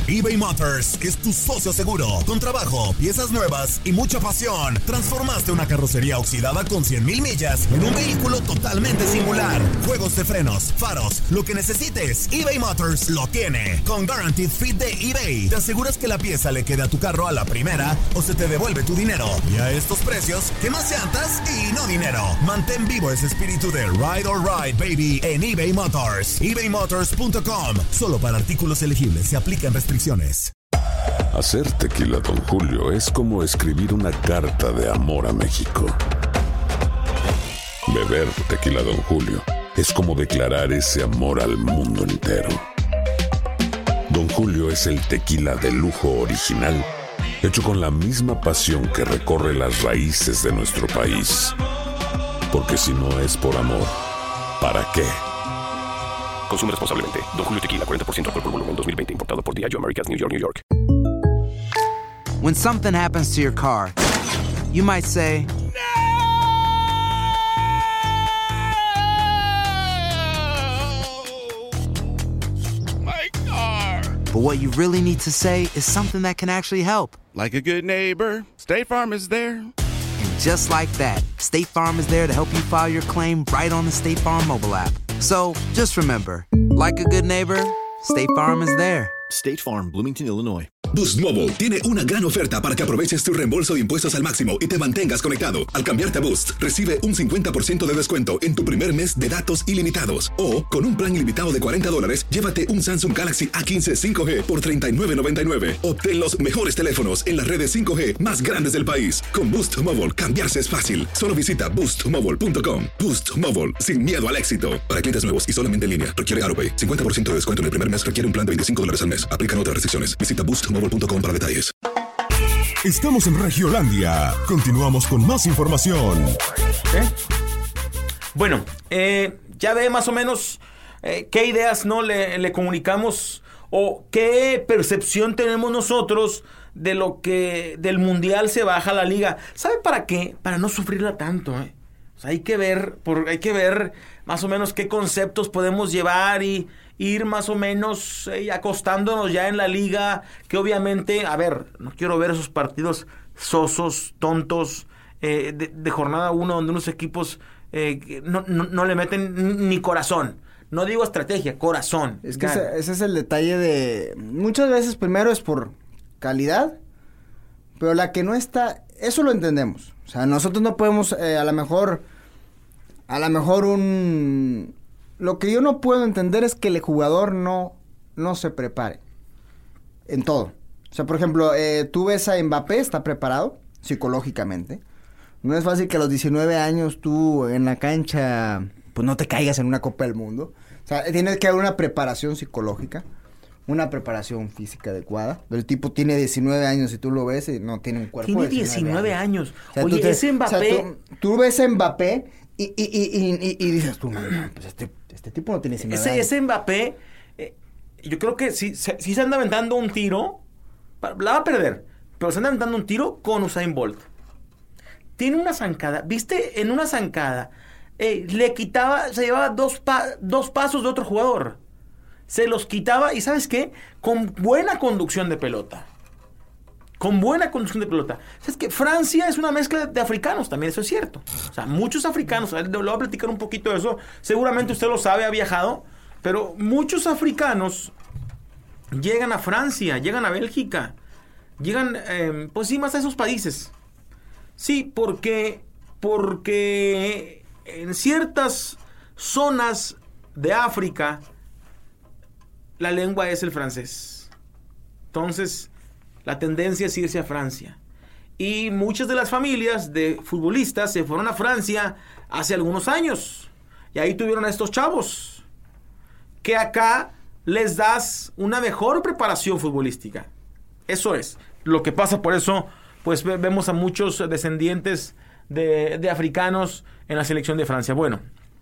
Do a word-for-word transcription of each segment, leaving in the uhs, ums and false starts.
eBay Motors es tu socio seguro. Con trabajo, piezas nuevas y mucha pasión, transformaste una carrocería oxidada con cien mil millas en un vehículo totalmente singular. Juegos de frenos, faros, lo que necesites, eBay Motors lo tiene. Con Guaranteed Fit de eBay, te aseguras que la pieza le quede a tu carro a la primera o se te devuelve tu dinero. Y a estos precios, ¿qué más llantas y no dinero? Mantén vivo ese espíritu de Ride or Ride, baby, en eBay Motors. ebay motors punto com. Solo para artículos elegibles se aplican restricciones. Hacer tequila Don Julio es como escribir una carta de amor a México. Beber tequila Don Julio es como declarar ese amor al mundo entero. Don Julio es el tequila de lujo original, hecho con la misma pasión que recorre las raíces de nuestro país. Porque si no es por amor, ¿para qué? Consume responsablemente. Don Julio Tequila, cuarenta por ciento alcohol por volumen, dos mil veinte. Importado por Diageo Americas, New York, New York. When something happens to your car, you might say, My car! but what you really need to say is something that can actually help. Like a good neighbor, State Farm is there. And just like that, State Farm is there to help you file your claim right on the State Farm mobile app. So just remember, like a good neighbor, State Farm is there. State Farm, Bloomington, Illinois. Boost Mobile tiene una gran oferta para que aproveches tu reembolso de impuestos al máximo y te mantengas conectado. Al cambiarte a Boost, recibe un cincuenta por ciento de descuento en tu primer mes de datos ilimitados. O, con un plan ilimitado de cuarenta dólares, llévate un Samsung Galaxy A quince cinco G por treinta y nueve noventa y nueve. Obtén los mejores teléfonos en las redes cinco G más grandes del país. Con Boost Mobile, cambiarse es fácil. Solo visita boost mobile punto com. Boost Mobile, sin miedo al éxito. Para clientes nuevos y solamente en línea, requiere AutoPay. cincuenta por ciento de descuento en el primer mes, requiere un plan de veinticinco dólares al mes. Aplican otras restricciones. Visita boost mobile punto com para detalles. Estamos en Regiolandia. Continuamos con más información. ¿Eh? Bueno, eh, ya ve más o menos eh, qué ideas no le, le comunicamos o qué percepción tenemos nosotros de lo que del mundial se baja la liga. ¿Sabe para qué? Para no sufrirla tanto, ¿eh? O sea, hay que ver, por, hay que ver más o menos qué conceptos podemos llevar y ir más o menos eh, acostándonos ya en la liga, que obviamente, a ver, no quiero ver esos partidos sosos, tontos, eh, de, de jornada uno, donde unos equipos eh, no, no, no le meten ni corazón. No digo estrategia, corazón. Es que ese, ese es el detalle de... Muchas veces primero es por calidad, pero la que no está... Eso lo entendemos. O sea, nosotros no podemos, eh, a lo mejor... A lo mejor un... Lo que yo no puedo entender es que el jugador no, no se prepare en todo. O sea, por ejemplo, eh, tú ves a Mbappé, está preparado psicológicamente. No es fácil que a los diecinueve años tú en la cancha, pues no te caigas en una Copa del Mundo. O sea, tiene que haber una preparación psicológica, una preparación física adecuada. El tipo tiene diecinueve años y tú lo ves y no tiene un cuerpo tiene de diecinueve años. años. O sea, Oye, te, ese Mbappé... O sea, tú, tú ves a Mbappé y, y, y, y, y, y dices tú, no, no, pues este... Este tipo no tiene diecinueve ese, años. ese Mbappé, eh, yo creo que sí, se, sí se anda aventando un tiro, la va a perder, pero se anda aventando un tiro con Usain Bolt. Tiene una zancada, ¿viste? En una zancada, eh, le quitaba, se llevaba dos, pa, dos pasos de otro jugador. Se los quitaba y ¿sabes qué? Con buena conducción de pelota. Con buena conducción de pelota. ¿Sabes qué? Francia es una mezcla de africanos, también eso es cierto. O sea, muchos africanos, le voy a platicar un poquito de eso. Seguramente usted lo sabe, ha viajado. Pero muchos africanos llegan a Francia, llegan a Bélgica. Llegan, eh, pues sí, más a esos países. Sí, porque, porque en ciertas zonas de África la lengua es el francés. Entonces... la tendencia es irse a Francia. Y muchas de las familias de futbolistas se fueron a Francia hace algunos años. Y ahí tuvieron a estos chavos. Que acá les das una mejor preparación futbolística. Eso es. Lo que pasa, por eso, pues vemos a muchos descendientes de, de africanos en la selección de Francia. Bueno.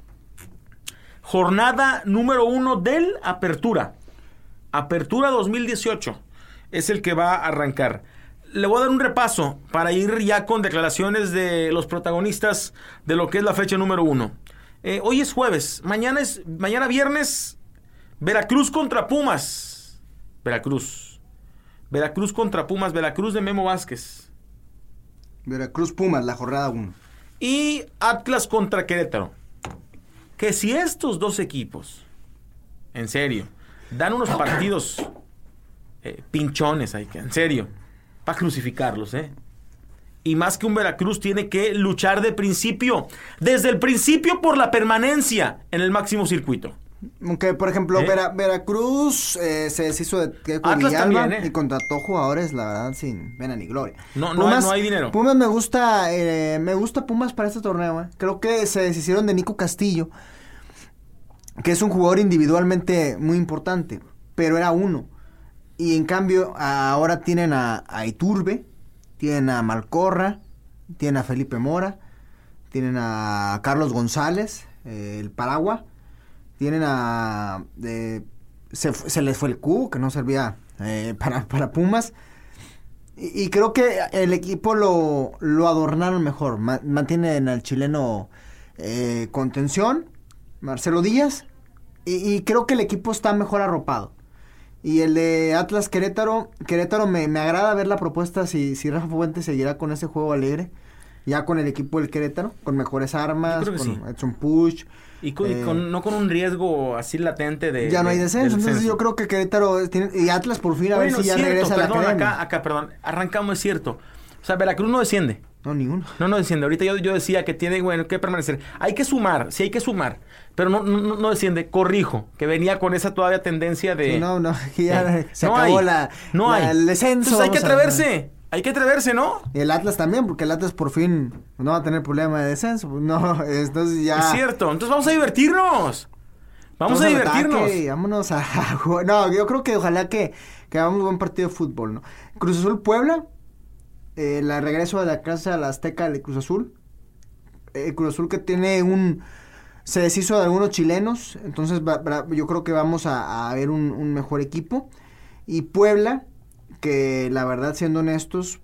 Jornada número uno del Apertura. Apertura dos mil dieciocho. Es el que va a arrancar. Le voy a dar un repaso para ir ya con declaraciones de los protagonistas de lo que es la fecha número uno. Eh, hoy es jueves. Mañana es mañana viernes. Veracruz contra Pumas. Veracruz. Veracruz contra Pumas. Veracruz de Memo Vázquez. Veracruz Pumas, la jornada uno. Y Atlas contra Querétaro. Que si estos dos equipos, en serio, dan unos partidos eh, pinchones, hay que, en serio, para crucificarlos, ¿eh? Y más que un Veracruz tiene que luchar de principio, desde el principio por la permanencia en el máximo circuito. Aunque, por ejemplo, ¿Eh? Vera, Veracruz eh, se deshizo de Keiko Atlas Villalba también, ¿eh? y contrató jugadores, la verdad, sin pena ni gloria. No, no, hay, no hay dinero. Pumas me gusta, eh, me gusta Pumas para este torneo, eh. Creo que se deshicieron de Nico Castillo, que es un jugador individualmente muy importante, pero era uno. Y en cambio, ahora tienen a, a Iturbe, tienen a Malcorra, tienen a Felipe Mora, tienen a Carlos González, eh, el Paragua, tienen a... Eh, se, se les fue el cubo, que no servía eh, para, para Pumas. Y, y creo que el equipo lo, lo adornaron mejor. Ma, mantienen al chileno eh, contención, Marcelo Díaz, y, y creo que el equipo está mejor arropado. Y el de Atlas Querétaro, Querétaro me, me agrada ver la propuesta si, si Rafa Fuentes seguirá con ese juego alegre, ya con el equipo del Querétaro, con mejores armas, con sí. Edson Puch. Y, con, eh, y con, no con un riesgo así latente de... Ya no hay de, descenso, de entonces descenso. yo creo que Querétaro tiene, y Atlas por fin a Bueno, ver si ya cierto, regresa a la perdón, academia. acá, acá, perdón, arrancamos, es cierto. O sea, Veracruz no desciende. No, ninguno. No, no desciende. Ahorita yo, yo decía que tiene, bueno, que permanecer. Hay que sumar, sí hay que sumar, pero no, no, no desciende. Corrijo, que venía con esa todavía tendencia de... Sí, no, no, que ya eh, se no acabó hay, la, no la- hay. el descenso. Entonces hay que vamos a- atreverse, hay que atreverse, ¿no? Y el Atlas también, porque el Atlas por fin no va a tener problema de descenso. No, entonces ya... Es cierto, entonces vamos a divertirnos. Vamos a al divertirnos. ataque y vámonos a, a jugar. No, yo creo que ojalá que, que hagamos un buen partido de fútbol, ¿no? Cruz Azul Puebla, eh, la regreso de la casa a la Azteca de Cruz Azul. Eh, Cruz Azul que tiene un... Se deshizo de algunos chilenos, entonces va, va, yo creo que vamos a, a ver un, un mejor equipo. Y Puebla, que la verdad, siendo honestos,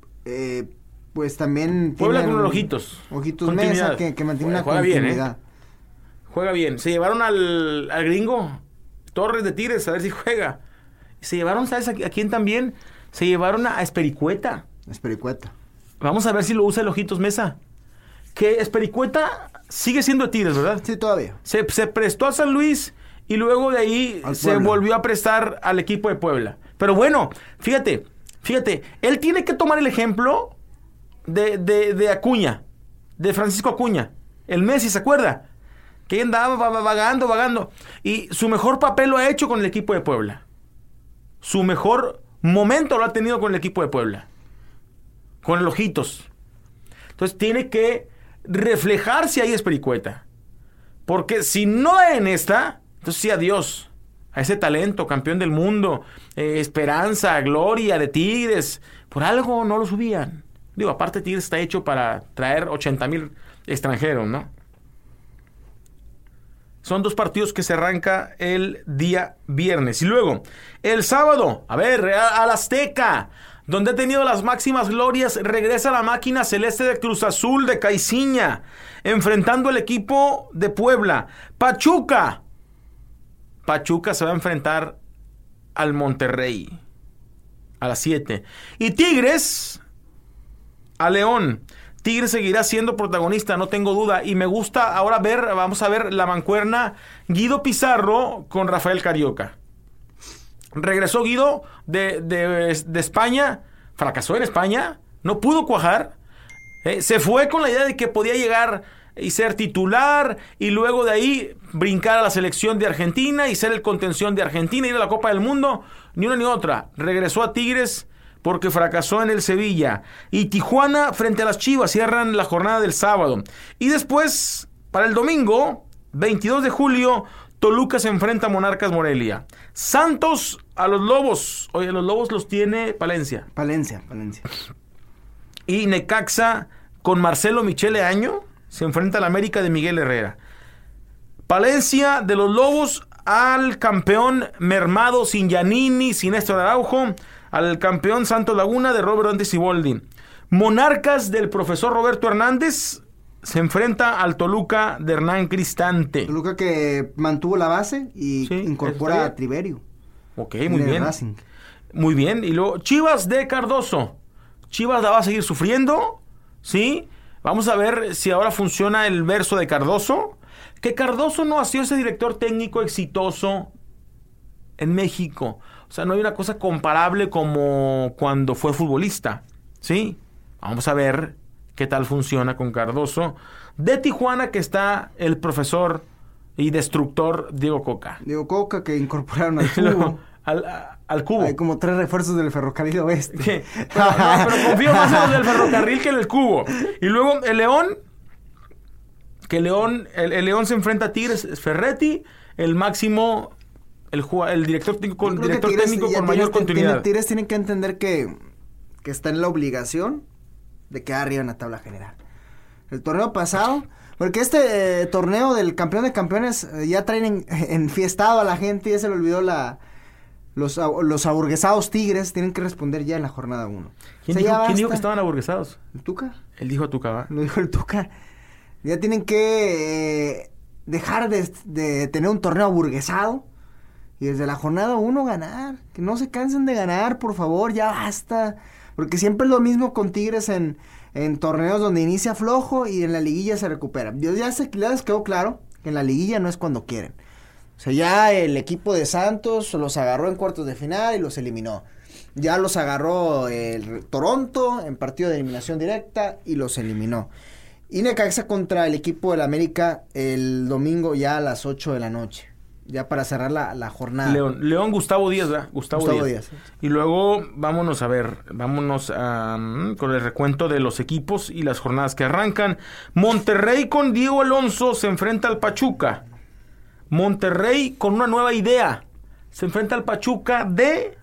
eh, pues también... Puebla tienen con los ojitos. Ojitos Continuidad. Mesa, que, que mantiene una Juega bien, ¿eh? continuidad. Juega bien. Se llevaron al, al gringo Torres de Tigres, a ver si juega. Se llevaron, ¿sabes a, a quién también? Se llevaron a Espericueta. Espericueta. Vamos a ver si lo usa el Ojitos Mesa. Que Espericueta sigue siendo de Tigres, ¿verdad? Sí, todavía. Se, se prestó a San Luis y luego de ahí Al se Puebla. volvió a prestar al equipo de Puebla. Pero bueno, fíjate, fíjate, él tiene que tomar el ejemplo de, de, de Acuña, de Francisco Acuña, el Messi, ¿se acuerda? Que andaba va- va- vagando, vagando. Y su mejor papel lo ha hecho con el equipo de Puebla. Su mejor momento lo ha tenido con el equipo de Puebla. Con el Ojitos. Entonces tiene que reflejarse ahí Espericueta. Porque si no en esta, entonces sí, adiós a ese talento, campeón del mundo, eh, esperanza, gloria de Tigres. Por algo no lo subían. Digo, aparte Tigres está hecho para traer ochenta mil extranjeros, ¿no? Son dos partidos que se arranca el día viernes. Y luego, el sábado, a ver, al Azteca, donde ha tenido las máximas glorias, regresa la máquina celeste de Cruz Azul de Caiciña, enfrentando al equipo de Puebla. Pachuca. Pachuca se va a enfrentar al Monterrey a las siete. Y Tigres a León. Tigres seguirá siendo protagonista, no tengo duda. Y me gusta ahora ver, vamos a ver la mancuerna Guido Pizarro con Rafael Carioca. Regresó Guido de, de, de España, fracasó en España, no pudo cuajar. Eh, se fue con la idea de que podía llegar y ser titular y luego de ahí brincar a la selección de Argentina y ser el contención de Argentina, ir a la Copa del Mundo. Ni una ni otra. Regresó a Tigres porque fracasó en el Sevilla. Y Tijuana frente a las Chivas cierran la jornada del sábado. Y después, para el domingo, veintidós de julio, Toluca se enfrenta a Monarcas Morelia. Santos a los Lobos. Oye, los Lobos los tiene Palencia. Palencia, Palencia. Y Necaxa con Marcelo Michele Año se enfrenta al América de Miguel Herrera. Palencia de los Lobos al campeón mermado sin Giannini, sin Néstor Araujo, al campeón Santos Laguna de Robert Dante Siboldi. Monarcas del profesor Roberto Hernández se enfrenta al Toluca de Hernán Cristante. Toluca que mantuvo la base y Sí, incorpora está a Triverio. Ok, en muy el bien. Racing. Muy bien. Y luego, Chivas de Cardoso. Chivas la va a seguir sufriendo, ¿sí? Vamos a ver si ahora funciona el verso de Cardoso. Que Cardoso no ha sido ese director técnico exitoso en México. O sea, no hay una cosa comparable como cuando fue futbolista, ¿sí? Vamos a ver qué tal funciona con Cardoso. De Tijuana, que está el profesor y destructor Diego Coca. Diego Coca, que incorporaron al cubo. al, al cubo. Hay como tres refuerzos del Ferrocarril Oeste. ¿Qué? Pero, no, pero confío más en los del Ferrocarril que en el cubo. Y luego el León, que León, el, el León se enfrenta a Tigres, Ferretti, el máximo, el, el director técnico, el director Tigres, técnico con mayor Tigres, continuidad. Tiene, Tigres tienen que entender que, que está en la obligación de quedar arriba en la tabla general. El torneo pasado, porque este eh, torneo del campeón de campeones eh, ya traen en, enfiestado a la gente, ya se le olvidó la los, los aburguesados Tigres, tienen que responder ya en la jornada uno. ¿Quién, o sea, dijo, ¿quién dijo que estaban aburguesados? ¿El Tuca? Él dijo Tuca, ¿va? Lo dijo el Tuca. Ya tienen que eh, dejar de, de tener un torneo aburguesado y desde la jornada uno ganar. Que no se cansen de ganar, por favor, ya basta. Porque siempre es lo mismo con Tigres en, en torneos donde inicia flojo y en la liguilla se recupera. Yo ya sé, ya les quedó claro que en la liguilla no es cuando quieren. O sea, ya el equipo de Santos los agarró en cuartos de final y los eliminó. Ya los agarró el Toronto en partido de eliminación directa y los eliminó. Y Necaxa contra el equipo del América el domingo ya a las ocho de la noche. Ya para cerrar la, la jornada. León, León Gustavo Díaz, ¿verdad? Gustavo, Gustavo Díaz. Díaz. Y luego vámonos a ver, vámonos a, um, con el recuento de los equipos y las jornadas que arrancan. Monterrey con Diego Alonso se enfrenta al Pachuca. Monterrey con una nueva idea. Se enfrenta al Pachuca de...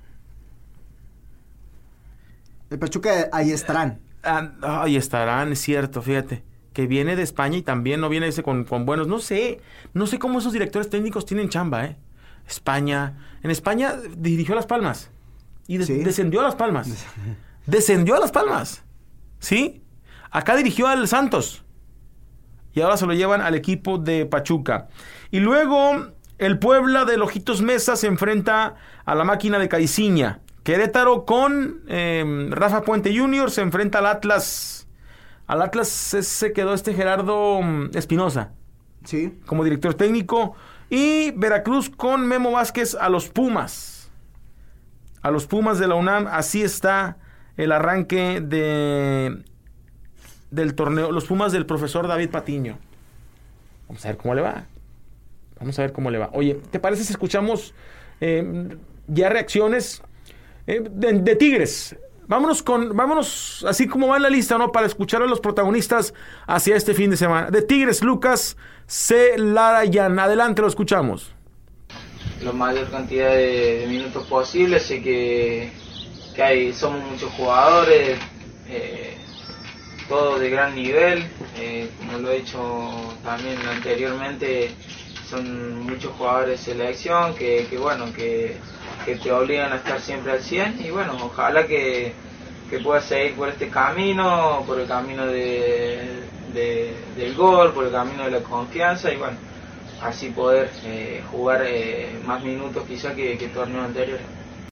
El Pachuca, ahí estarán. Ah, ahí estarán, es cierto, fíjate. Que viene de España y también no viene ese con, con buenos. No sé, no sé cómo esos directores técnicos tienen chamba, ¿eh? España. En España dirigió a Las Palmas. Y des- ¿Sí? descendió a Las Palmas. descendió a Las Palmas. ¿Sí? Acá dirigió al Santos. Y ahora se lo llevan al equipo de Pachuca. Y luego el Puebla de Ojitos Mesa se enfrenta a la máquina de Caiciña. Querétaro con eh, Rafa Puente junior se enfrenta al Atlas. Al Atlas se, se quedó este Gerardo Espinosa. Sí. Como director técnico. Y Veracruz con Memo Vázquez a los Pumas. A los Pumas de la UNAM. Así está el arranque de del torneo. Los Pumas del profesor David Patiño. Vamos a ver cómo le va. Vamos a ver cómo le va. Oye, ¿te parece si escuchamos eh, ya reacciones eh, de, de Tigres? Vámonos con, vámonos así como va en la lista, ¿no? Para escuchar a los protagonistas hacia este fin de semana. De Tigres, Lucas Celarayán. Adelante, lo escuchamos. La mayor cantidad de, de minutos posible. Sé que, que hay, somos muchos jugadores, eh, todos de gran nivel. Eh, como lo he dicho también anteriormente, son muchos jugadores de selección que, que bueno, que... que te obligan a estar siempre al cien y bueno, ojalá que, que puedas seguir por este camino, por el camino de, de, del gol, por el camino de la confianza y bueno, así poder eh, jugar eh, más minutos quizá que, que torneos anteriores.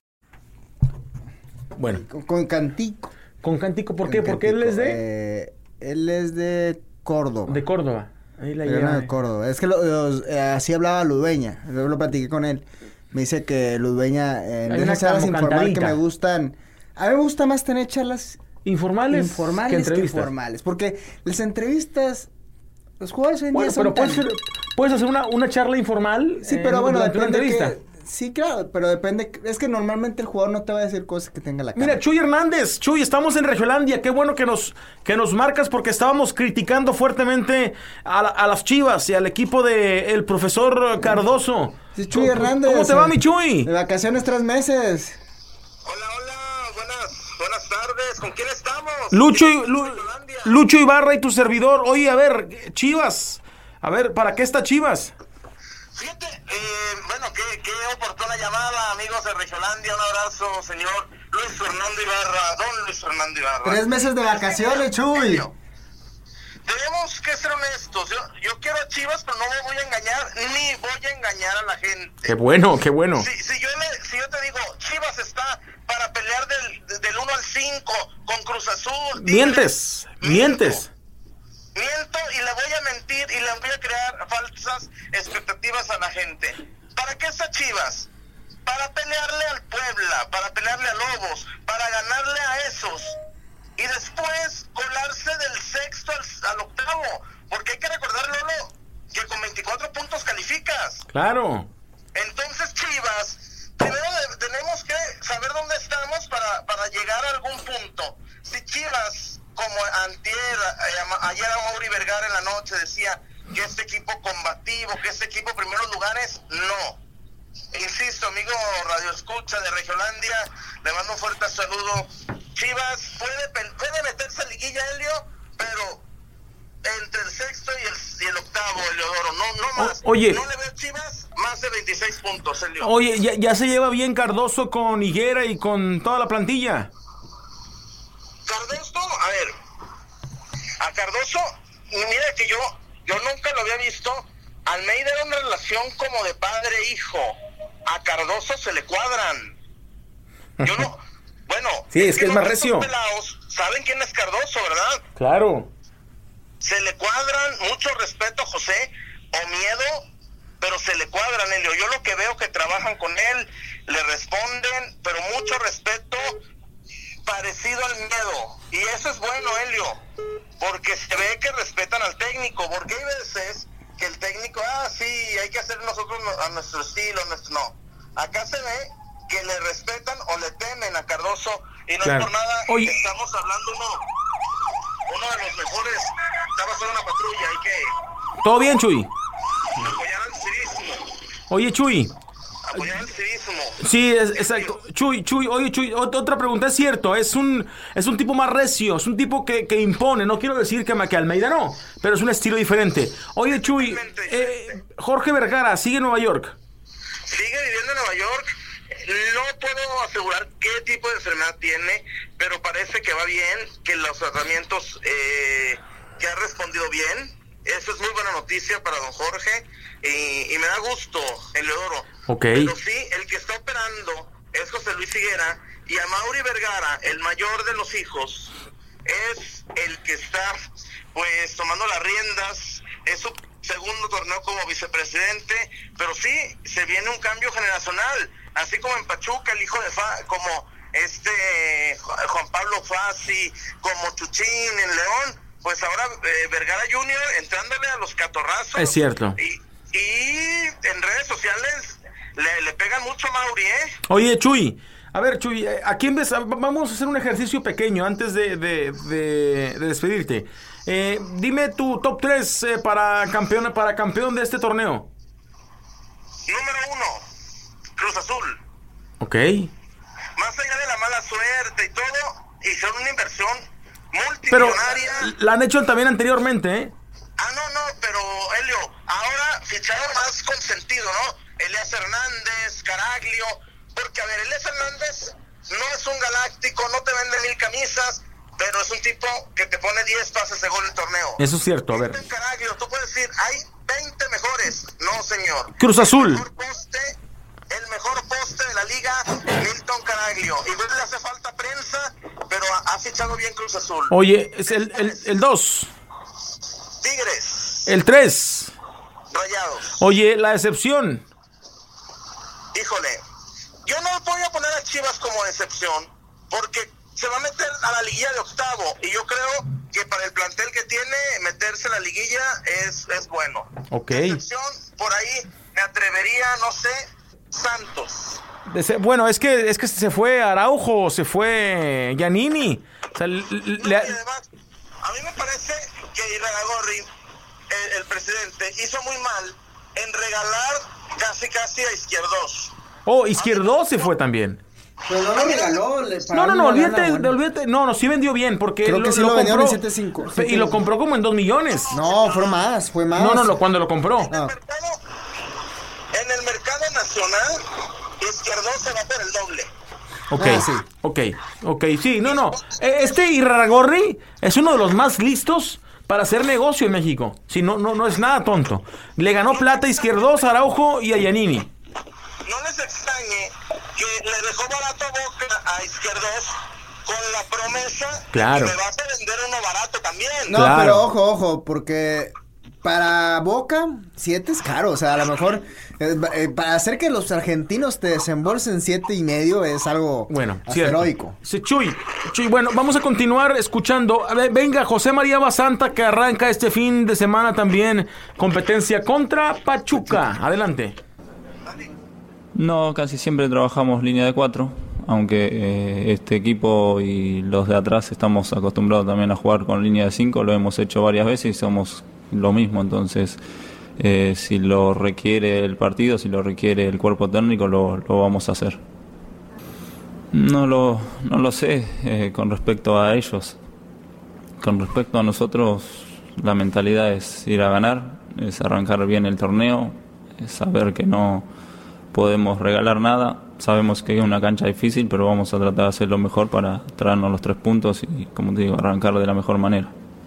Bueno. Con, con Cantico. ¿Con Cantico? ¿Por qué? Con Porque Cantico, él es de... Eh, él es de Córdoba. De Córdoba. Ahí la Él lleva. no de Córdoba. Es que lo, los, eh, así hablaba Ludueña. Yo lo platiqué con él. Me dice que Ludueña, eh, en esas charlas informales que me gustan, a mí me gusta más tener charlas informales, informales que, que formales, porque las entrevistas, los jugadores hoy en bueno, día son pero tan... puedes, hacer, puedes hacer una, una charla informal. Sí, pero eh, bueno, durante una entrevista. Que, sí, claro, pero depende, es que normalmente el jugador no te va a decir cosas que tenga la cara. Mira, Chuy Hernández, Chuy, estamos en Regiolandia, qué bueno que nos, que nos marcas porque estábamos criticando fuertemente a, la, a las Chivas y al equipo de el profesor Cardoso. Sí, Chuy Hernández. ¿Cómo te va, mi Chuy? De vacaciones tres meses. Hola, hola, buenas, buenas tardes, ¿con quién estamos? Lucho, Lu, Lucho Ibarra y tu servidor. Oye, a ver, Chivas, a ver, ¿para qué está Chivas? Fíjate, eh, bueno, qué, qué oportuna llamada, amigos de Regiolandia, un abrazo, señor Luis Fernando Ibarra, don Luis Fernando Ibarra. Tres meses de vacaciones, Chuy. Debemos tenemos que ser honestos. Yo, yo quiero a Chivas, pero no me voy a engañar, ni voy a engañar a la gente. Qué bueno, qué bueno. Si, si, yo, le, si yo te digo, Chivas está para pelear del, del uno al cinco con Cruz Azul. Mientes, Tigres, mientes. Miento, miento y le voy a mentir y le voy a crear falsas expectativas a la gente. ¿Para qué está Chivas? Para pelearle al Puebla, para pelearle a Lobos, para ganarle a esos. Y después colarse del sexto al, al octavo. Porque hay que recordar, Lolo, que con veinticuatro puntos calificas. Claro. Entonces, Chivas, primero de, tenemos que saber dónde estamos para, para llegar a algún punto. Si Chivas, como antier, eh, ayer a Mauri Vergara en la noche decía que este equipo combativo, que este equipo primeros lugares, no. Insisto, amigo Radio Escucha de Regiolandia, le mando un fuerte saludo. Chivas puede, puede meterse a liguilla, Helio, pero entre el sexto y el, y el octavo, Eleodoro, no, no más. O, oye. No le veo Chivas más de veintiséis puntos, Helio. Oye, ¿ya, ya se lleva bien Cardoso con Higuera y con toda la plantilla? Cardoso, a ver, a Cardoso, mira que yo, yo nunca lo había visto. Almeida era una relación como de padre-hijo. A Cardoso se le cuadran. Yo no... Bueno, sí, es, es que, que es más recio. Pelados saben quién es Cardoso, ¿verdad? Claro. Se le cuadran, mucho respeto, José, o miedo, pero se le cuadran, Helio. Yo lo que veo que trabajan con él, le responden, pero mucho respeto, parecido al miedo. Y eso es bueno, Helio, porque se ve que respetan al técnico, porque hay veces que el técnico, ah, sí, hay que hacer nosotros a nuestro estilo, a nuestro... no. Acá se ve que le respetan o le temen a Cardoso, y no claro. es por nada. Oye. Estamos hablando uno, uno de los mejores, está pasando una patrulla, hay que... ¿Todo bien, Chuy? Apoyar al civismo. Oye, Chuy. Apoyar al civismo. Sí, es, exacto. Chuy, Chuy, oye, Chuy, otra pregunta, es cierto, es un es un tipo más recio, es un tipo que, que impone, no quiero decir que, que Almeida no, pero es un estilo diferente. Oye, Chuy, eh, Jorge Vergara, ¿sigue en Nueva York? Sigue viviendo en Nueva York. No puedo asegurar qué tipo de enfermedad tiene, pero parece que va bien, que los tratamientos, eh, que ha respondido bien. Eso es muy buena noticia para don Jorge, y, y me da gusto, Eleodoro. Okay. Pero sí, el que está operando es José Luis Higuera, y a Mauri Vergara, el mayor de los hijos, es el que está, pues, tomando las riendas. Es su segundo torneo como vicepresidente, pero sí, se viene un cambio generacional. Así como en Pachuca, el hijo de Fa, como este Juan Pablo Fassi, como Chuchín en León, pues ahora eh, Vergara junior entrándole a los catorrazos. Es cierto. Y, y en redes sociales le, le pegan mucho a Mauri, ¿eh? Oye, Chuy, a ver, Chuy, aquí en vez, vamos a hacer un ejercicio pequeño antes de, de, de, de despedirte. Eh, dime tu top tres eh, para campeón, para campeón de este torneo. Número uno, Cruz Azul. Ok. Más allá de la mala suerte y todo, hicieron una inversión multimillonaria. Pero la han hecho también anteriormente, ¿eh? Ah, no, no, pero Helio, ahora ficharon más con sentido, ¿no? Elías Hernández, Caraglio, porque a ver, Elías Hernández no es un galáctico, no te vende mil camisas, pero es un tipo que te pone diez pases de gol en el torneo. Eso es cierto, a ver. Este Caraglio, tú puedes decir, hay veinte mejores. No, señor. Cruz Azul. El mejor poste, el mejor poste de la liga, Milton Caraglio. Igual le hace falta prensa, pero ha, ha fichado bien Cruz Azul. Oye, es el el, el dos. Tigres. El tres. Rayados. Oye, la decepción. Híjole, yo no voy a poner a Chivas como decepción, porque se va a meter a la liguilla de octavo, y yo creo que para el plantel que tiene, meterse a la liguilla es, es bueno. Ok. Decepción, por ahí me atrevería, no sé, Santos. Dese- bueno, es que es que se fue Araujo, se fue Giannini. O sea, le, le, no, y además, a mí me parece que Irarrágorri, el, el presidente, hizo muy mal en regalar casi casi a Izquierdos. Oh, Izquierdos se fue también. Pero no lo regaló. Le No, no, no, olvídate, olvídate. No, no, sí vendió bien, porque creo lo, que sí lo, lo vendió compró, en siete cinco. Y lo compró como en dos millones. No, fue más, fue más. No, no, no, cuando lo compró. En el mercado, en el mercado nacional, Izquierdos se va por el doble. Ok, Ah, sí. ok, ok, sí, no, no. Eh, Este Irarrágorri es uno de los más listos para hacer negocio en México. Sí, no, no, no es nada tonto. Le ganó plata a Izquierdos, Araujo y a Giannini. No les extrañe que le dejó barato a Boca a Izquierdos con la promesa claro. de que me vas a vender uno barato también. No, claro. pero ojo, ojo, porque para Boca, siete es caro. O sea, a lo mejor eh, eh, para hacer que los argentinos te desembolsen siete y medio es algo bueno, heroico. Sí, Chuy, Chuy, bueno, vamos a continuar escuchando. A ver, venga, José María Basanta, que arranca este fin de semana también competencia contra Pachuca. Adelante. No, casi siempre trabajamos línea de cuatro, aunque eh, este equipo y los de atrás estamos acostumbrados también a jugar con línea de cinco, lo hemos hecho varias veces y somos lo mismo, entonces eh, si lo requiere el partido, si lo requiere el cuerpo técnico, lo, lo vamos a hacer. No lo, no lo sé eh, con respecto a ellos. Con respecto a nosotros, la mentalidad es ir a ganar, es arrancar bien el torneo, es saber que no podemos regalar nada. Sabemos que es una cancha difícil, pero vamos a tratar de hacer lo mejor para traernos los tres puntos y, como te digo, arrancar de la mejor manera.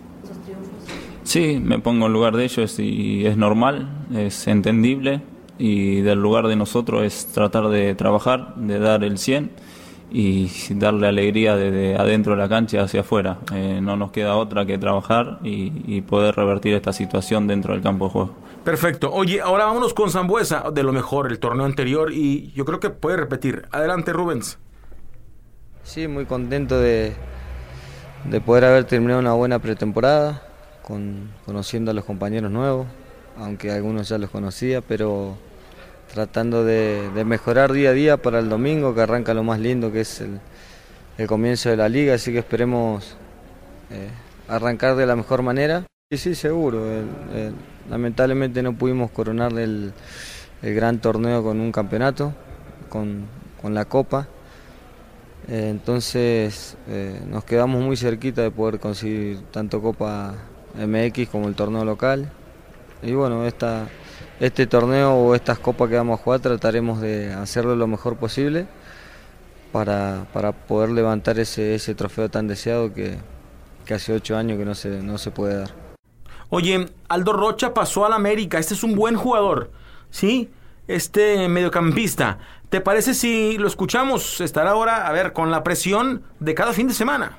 Sí, me pongo en lugar de ellos y es normal, es entendible, y del lugar de nosotros es tratar de trabajar, de dar el cien y darle alegría desde adentro de la cancha hacia afuera. Eh, no nos queda otra que trabajar y, y poder revertir esta situación dentro del campo de juego. Perfecto. Oye, ahora vámonos con Sambuesa, de lo mejor, el torneo anterior, y yo creo que puede repetir. Adelante, Rubens. Sí, muy contento de, de poder haber terminado una buena pretemporada, con, conociendo a los compañeros nuevos, aunque algunos ya los conocía, pero tratando de, de mejorar día a día para el domingo, que arranca lo más lindo, que es el, el comienzo de la liga, así que esperemos eh, arrancar de la mejor manera. Sí, sí, seguro. El, el, lamentablemente no pudimos coronar el, el gran torneo con un campeonato, con, con la Copa. Eh, entonces eh, nos quedamos muy cerquita de poder conseguir tanto Copa M X como el torneo local. Y bueno, esta, este torneo o estas copas que vamos a jugar trataremos de hacerlo lo mejor posible para, para poder levantar ese, ese trofeo tan deseado que, que hace ocho años que no se, no se puede dar. Oye, Aldo Rocha pasó al América. Este es un buen jugador, ¿sí? Este mediocampista. ¿Te parece si lo escuchamos? Estará ahora, a ver, con la presión de cada fin de semana.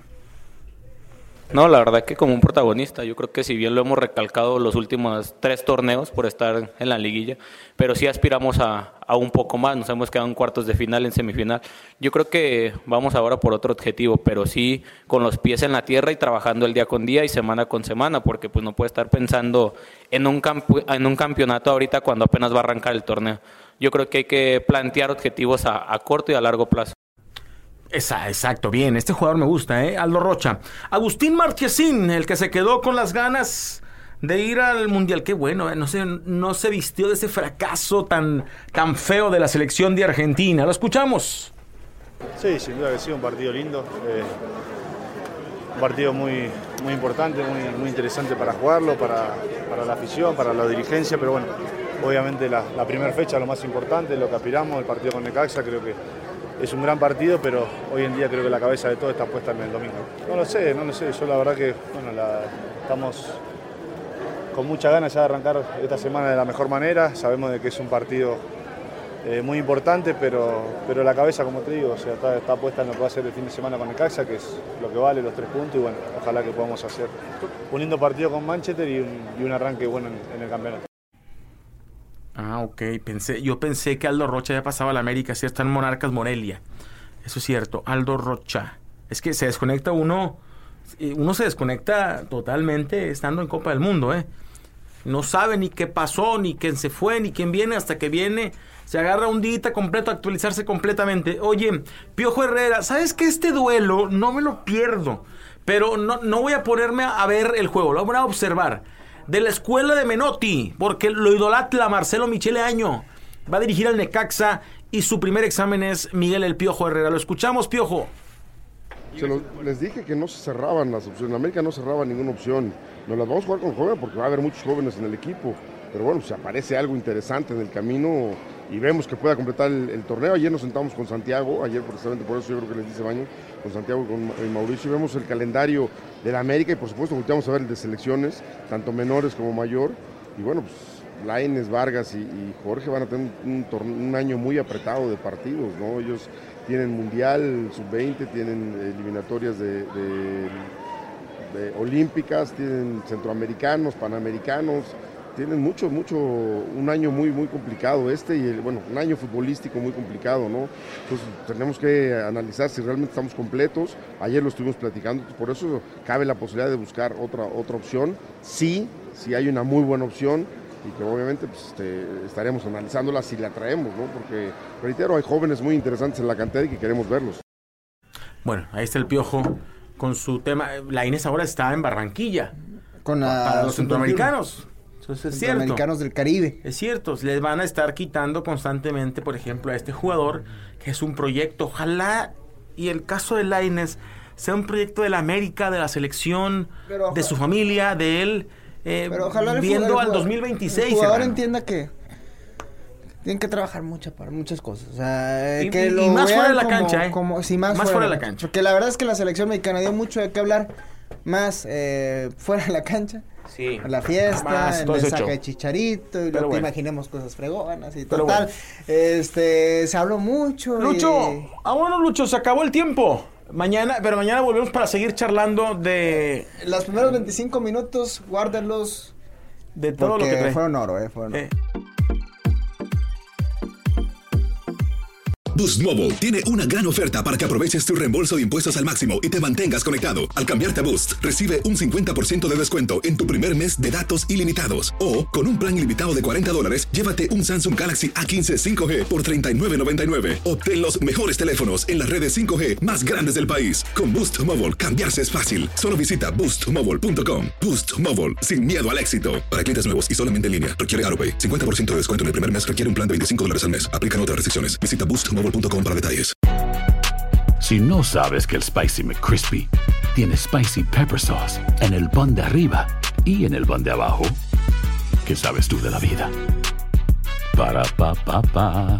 No, la verdad que como un protagonista, yo creo que si bien lo hemos recalcado los últimos tres torneos por estar en la liguilla, pero sí aspiramos a, a un poco más, nos hemos quedado en cuartos de final, en semifinal. Yo creo que vamos ahora por otro objetivo, pero sí con los pies en la tierra y trabajando el día con día y semana con semana, porque pues no puede estar pensando en un, camp- en un campeonato ahorita cuando apenas va a arrancar el torneo. Yo creo que hay que plantear objetivos a, a corto y a largo plazo. Esa, exacto, bien, este jugador me gusta, ¿eh? Aldo Rocha. Agustín Marchesín, el que se quedó con las ganas de ir al Mundial. Qué bueno, ¿eh? No se, no se vistió de ese fracaso tan, tan feo de la selección de Argentina. Lo escuchamos. Sí, sin duda que sí, un partido lindo. Eh, un partido muy, muy importante, muy, muy interesante para jugarlo, para, para la afición, para la dirigencia, pero bueno, obviamente la, la primera fecha, lo más importante, lo que aspiramos, el partido con Necaxa, creo que es un gran partido, pero hoy en día creo que la cabeza de todo está puesta en el domingo. No lo sé, no lo sé. Yo la verdad que bueno, la, estamos con muchas ganas ya de arrancar esta semana de la mejor manera. Sabemos de que es un partido eh, muy importante, pero, pero la cabeza, como te digo, o sea, está, está puesta en lo que va a ser el fin de semana con Necaxa, que es lo que vale, los tres puntos. Y bueno, ojalá que podamos hacer un lindo partido con Manchester y un, y un arranque bueno en, en el campeonato. Ah, ok, pensé, yo pensé que Aldo Rocha ya pasaba a la América, si está en Monarcas Morelia. Eso es cierto, Aldo Rocha. Es que se desconecta uno, uno se desconecta totalmente estando en Copa del Mundo, ¿eh? No sabe ni qué pasó, ni quién se fue, ni quién viene, hasta que viene, se agarra un día completo a actualizarse completamente. Oye, Piojo Herrera, ¿sabes qué? Este duelo no me lo pierdo, pero no, no voy a ponerme a ver el juego, lo voy a observar. De la escuela de Menotti, porque lo idolatra Marcelo Michele Año. Va a dirigir al Necaxa y su primer examen es Miguel El Piojo Herrera. Lo escuchamos, Piojo. Se lo, les dije que no se cerraban las opciones. En América no cerraba ninguna opción. Nos las vamos a jugar con jóvenes porque va a haber muchos jóvenes en el equipo. Pero bueno, si aparece algo interesante en el camino, y vemos que pueda completar el, el torneo. Ayer nos sentamos con Santiago, ayer precisamente por eso yo creo que les dice baño, con Santiago y con y Mauricio, y vemos el calendario de la América y por supuesto volteamos a ver el de selecciones, tanto menores como mayor, y bueno, pues Lainez, Vargas y, y Jorge van a tener un, torneo, un año muy apretado de partidos, ¿no? Ellos tienen Mundial sub veinte, tienen eliminatorias de, de, de olímpicas, tienen centroamericanos, panamericanos, tienen mucho, mucho, un año muy, muy complicado este y, el, bueno, un año futbolístico muy complicado, ¿no? Entonces tenemos que analizar si realmente estamos completos. Ayer lo estuvimos platicando, por eso cabe la posibilidad de buscar otra, otra opción. Sí, sí hay una muy buena opción y que obviamente pues, este, estaremos analizándola si la traemos, ¿no? Porque, reitero, hay jóvenes muy interesantes en la cantera y que queremos verlos. Bueno, ahí está el Piojo con su tema. Lainez ahora está en Barranquilla. Con la, para los centroamericanos. Entonces, es cierto. Centroamericanos del Caribe. Es cierto, les van a estar quitando constantemente, por ejemplo, a este jugador, que es un proyecto. Ojalá, y el caso de Lainez, sea un proyecto de la América, de la selección, Pero, de su familia, de él, eh, Pero ojalá viendo el, al dos mil veintiséis. El jugador hermano. entienda que tienen que trabajar mucho para muchas cosas. O sea, y, que y, lo y más fuera de la como, cancha, ¿eh? Como, sí, más, más fuera, fuera de la cancha. Porque la verdad es que la selección mexicana dio mucho de qué hablar, más eh, fuera de la cancha. Sí. La fiesta, Más, el mensaje de Chicharito, y lo bueno. que imaginemos cosas fregonas y Pero total. bueno. Este, se habló mucho. Lucho, y... ah bueno, Lucho, se acabó el tiempo. Mañana, pero mañana volvemos para seguir charlando de... Los primeros veinticinco minutos, guárdenlos. De todo lo que trae. Fueron oro, eh, fueron oro. Eh. Boost Mobile tiene una gran oferta para que aproveches tu reembolso de impuestos al máximo y te mantengas conectado. Al cambiarte a Boost, recibe un cincuenta por ciento de descuento en tu primer mes de datos ilimitados. O, con un plan ilimitado de cuarenta dólares, llévate un Samsung Galaxy A quince cinco G por treinta y nueve noventa y nueve. Obtén los mejores teléfonos en las redes cinco G más grandes del país. Con Boost Mobile, cambiarse es fácil. Solo visita boost mobile punto com. Boost Mobile, sin miedo al éxito. Para clientes nuevos y solamente en línea, requiere AutoPay. cincuenta por ciento de descuento en el primer mes requiere un plan de veinticinco dólares al mes. Aplican otras restricciones. Visita boost mobile punto com para detalles. Si no sabes que el Spicy McCrispy tiene Spicy Pepper Sauce en el pan de arriba y en el pan de abajo, ¿qué sabes tú de la vida? Para, pa, pa, pa.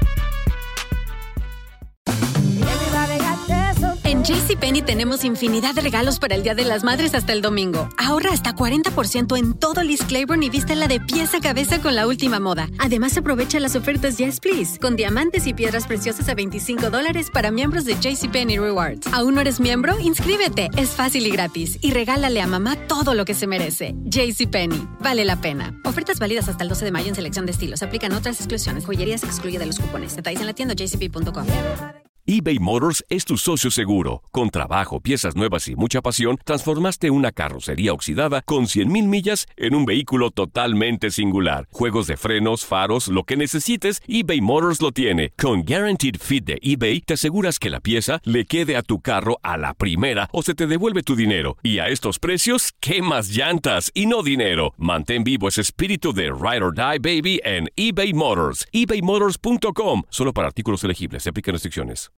En JCPenney tenemos infinidad de regalos para el Día de las Madres hasta el domingo. Ahorra hasta cuarenta por ciento en todo Liz Claiborne y vístela de pies a cabeza con la última moda. Además, aprovecha las ofertas Yes Please, con diamantes y piedras preciosas a veinticinco dólares para miembros de JCPenney Rewards. ¿Aún no eres miembro? Inscríbete. Es fácil y gratis. Y regálale a mamá todo lo que se merece. JCPenney. Vale la pena. Ofertas válidas hasta el doce de mayo en selección de estilos. Aplican otras exclusiones. Joyería se excluye de los cupones. Detalles en la tienda j c p punto com. eBay Motors es tu socio seguro. Con trabajo, piezas nuevas y mucha pasión, transformaste una carrocería oxidada con cien mil millas en un vehículo totalmente singular. Juegos de frenos, faros, lo que necesites, eBay Motors lo tiene. Con Guaranteed Fit de eBay, te aseguras que la pieza le quede a tu carro a la primera o se te devuelve tu dinero. Y a estos precios, ¿qué más llantas y no dinero? Mantén vivo ese espíritu de Ride or Die, baby, en eBay Motors. ebay motors punto com. Solo para artículos elegibles. Se aplican restricciones.